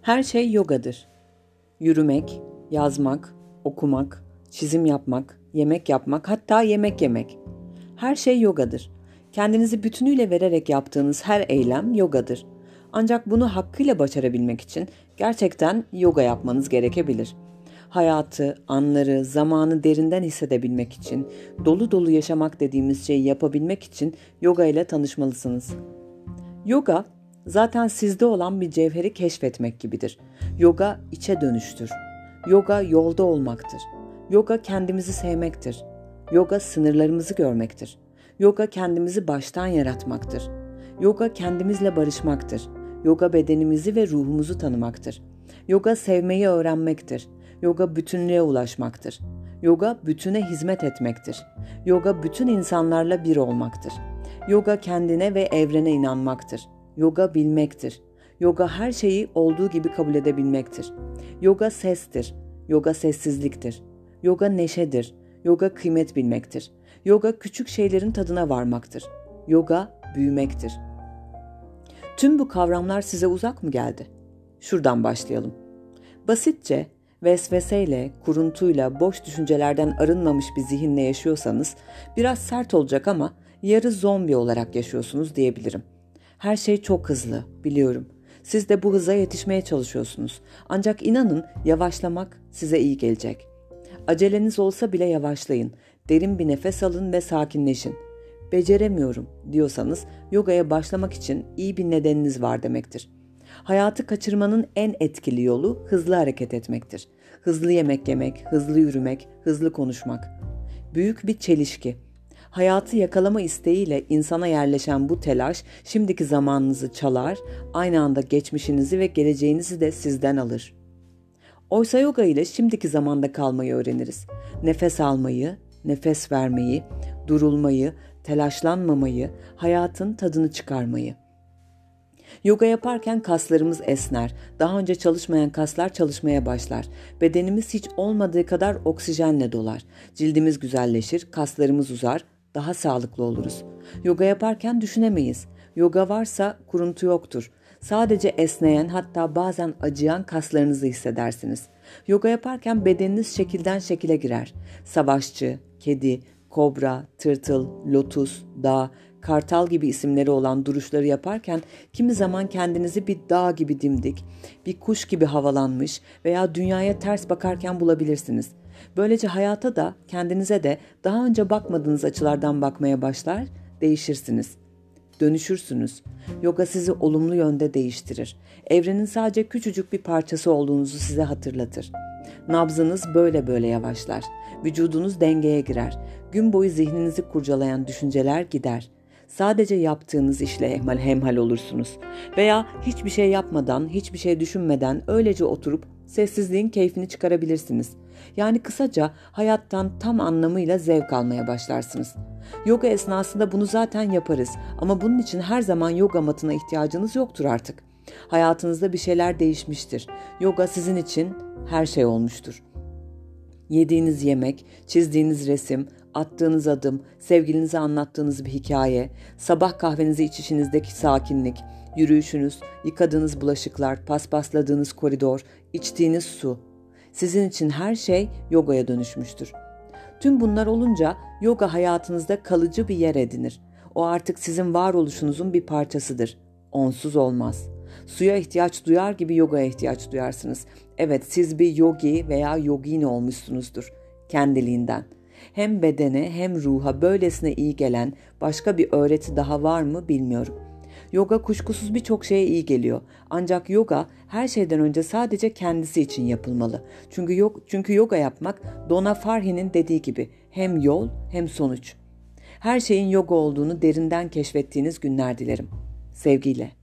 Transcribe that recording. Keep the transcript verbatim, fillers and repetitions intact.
Her şey yogadır. Yürümek, yazmak, okumak, çizim yapmak, yemek yapmak, hatta yemek yemek. Her şey yogadır. Kendinizi bütünüyle vererek yaptığınız her eylem yogadır. Ancak bunu hakkıyla başarabilmek için gerçekten yoga yapmanız gerekebilir. Hayatı, anları, zamanı derinden hissedebilmek için, dolu dolu yaşamak dediğimiz şeyi yapabilmek için yoga ile tanışmalısınız. Yoga, zaten sizde olan bir cevheri keşfetmek gibidir. Yoga içe dönüştür. Yoga yolda olmaktır. Yoga kendimizi sevmektir. Yoga sınırlarımızı görmektir. Yoga kendimizi baştan yaratmaktır. Yoga kendimizle barışmaktır. Yoga bedenimizi ve ruhumuzu tanımaktır. Yoga sevmeyi öğrenmektir. Yoga bütünlüğe ulaşmaktır. Yoga bütüne hizmet etmektir. Yoga bütün insanlarla bir olmaktır. Yoga kendine ve evrene inanmaktır. Yoga bilmektir. Yoga her şeyi olduğu gibi kabul edebilmektir. Yoga sestir. Yoga sessizliktir. Yoga neşedir. Yoga kıymet bilmektir. Yoga küçük şeylerin tadına varmaktır. Yoga büyümektir. Tüm bu kavramlar size uzak mı geldi? Şuradan başlayalım. Basitçe, vesveseyle, kuruntuyla, boş düşüncelerden arınmamış bir zihinle yaşıyorsanız biraz sert olacak ama yarı zombi olarak yaşıyorsunuz diyebilirim. Her şey çok hızlı, biliyorum. Siz de bu hıza yetişmeye çalışıyorsunuz. Ancak inanın yavaşlamak size iyi gelecek. Aceleniz olsa bile yavaşlayın. Derin bir nefes alın ve sakinleşin. Beceremiyorum diyorsanız yogaya başlamak için iyi bir nedeniniz var demektir. Hayatı kaçırmanın en etkili yolu hızlı hareket etmektir. Hızlı yemek yemek, hızlı yürümek, hızlı konuşmak. Büyük bir çelişki. Hayatı yakalama isteğiyle insana yerleşen bu telaş şimdiki zamanınızı çalar, aynı anda geçmişinizi ve geleceğinizi de sizden alır. Oysa yoga ile şimdiki zamanda kalmayı öğreniriz. Nefes almayı, nefes vermeyi, durulmayı, telaşlanmamayı, hayatın tadını çıkarmayı. Yoga yaparken kaslarımız esner, daha önce çalışmayan kaslar çalışmaya başlar. Bedenimiz hiç olmadığı kadar oksijenle dolar. Cildimiz güzelleşir, kaslarımız uzar, daha sağlıklı oluruz. Yoga yaparken düşünemeyiz. Yoga varsa kuruntu yoktur. Sadece esneyen, hatta bazen acıyan kaslarınızı hissedersiniz. Yoga yaparken bedeniniz şekilden şekile girer. Savaşçı, kedi, kobra, tırtıl, lotus, dağ, kartal gibi isimleri olan duruşları yaparken kimi zaman kendinizi bir dağ gibi dimdik, bir kuş gibi havalanmış veya dünyaya ters bakarken bulabilirsiniz. Böylece hayata da kendinize de daha önce bakmadığınız açılardan bakmaya başlar, değişirsiniz. Dönüşürsünüz. Yoga sizi olumlu yönde değiştirir. Evrenin sadece küçücük bir parçası olduğunuzu size hatırlatır. Nabzınız böyle böyle yavaşlar. Vücudunuz dengeye girer. Gün boyu zihninizi kurcalayan düşünceler gider. Sadece yaptığınız işle hemhal hemhal olursunuz. Veya hiçbir şey yapmadan, hiçbir şey düşünmeden öylece oturup sessizliğin keyfini çıkarabilirsiniz. Yani kısaca hayattan tam anlamıyla zevk almaya başlarsınız. Yoga esnasında bunu zaten yaparız ama bunun için her zaman yoga matına ihtiyacınız yoktur artık. Hayatınızda bir şeyler değişmiştir. Yoga sizin için her şey olmuştur. Yediğiniz yemek, çizdiğiniz resim, attığınız adım, sevgilinize anlattığınız bir hikaye, sabah kahvenizi içişinizdeki sakinlik, yürüyüşünüz, yıkadığınız bulaşıklar, paspasladığınız koridor, içtiğiniz su. Sizin için her şey yogaya dönüşmüştür. Tüm bunlar olunca yoga hayatınızda kalıcı bir yer edinir. O artık sizin varoluşunuzun bir parçasıdır. Onsuz olmaz. Suya ihtiyaç duyar gibi yogaya ihtiyaç duyarsınız. Evet, siz bir yogi veya yogini olmuşsunuzdur kendiliğinden. Hem bedene hem ruha böylesine iyi gelen başka bir öğreti daha var mı bilmiyorum. Yoga kuşkusuz birçok şeye iyi geliyor. Ancak yoga her şeyden önce sadece kendisi için yapılmalı. Çünkü yok çünkü yoga yapmak Donna Farhi'nin dediği gibi hem yol hem sonuç. Her şeyin yoga olduğunu derinden keşfettiğiniz günler dilerim. Sevgiyle.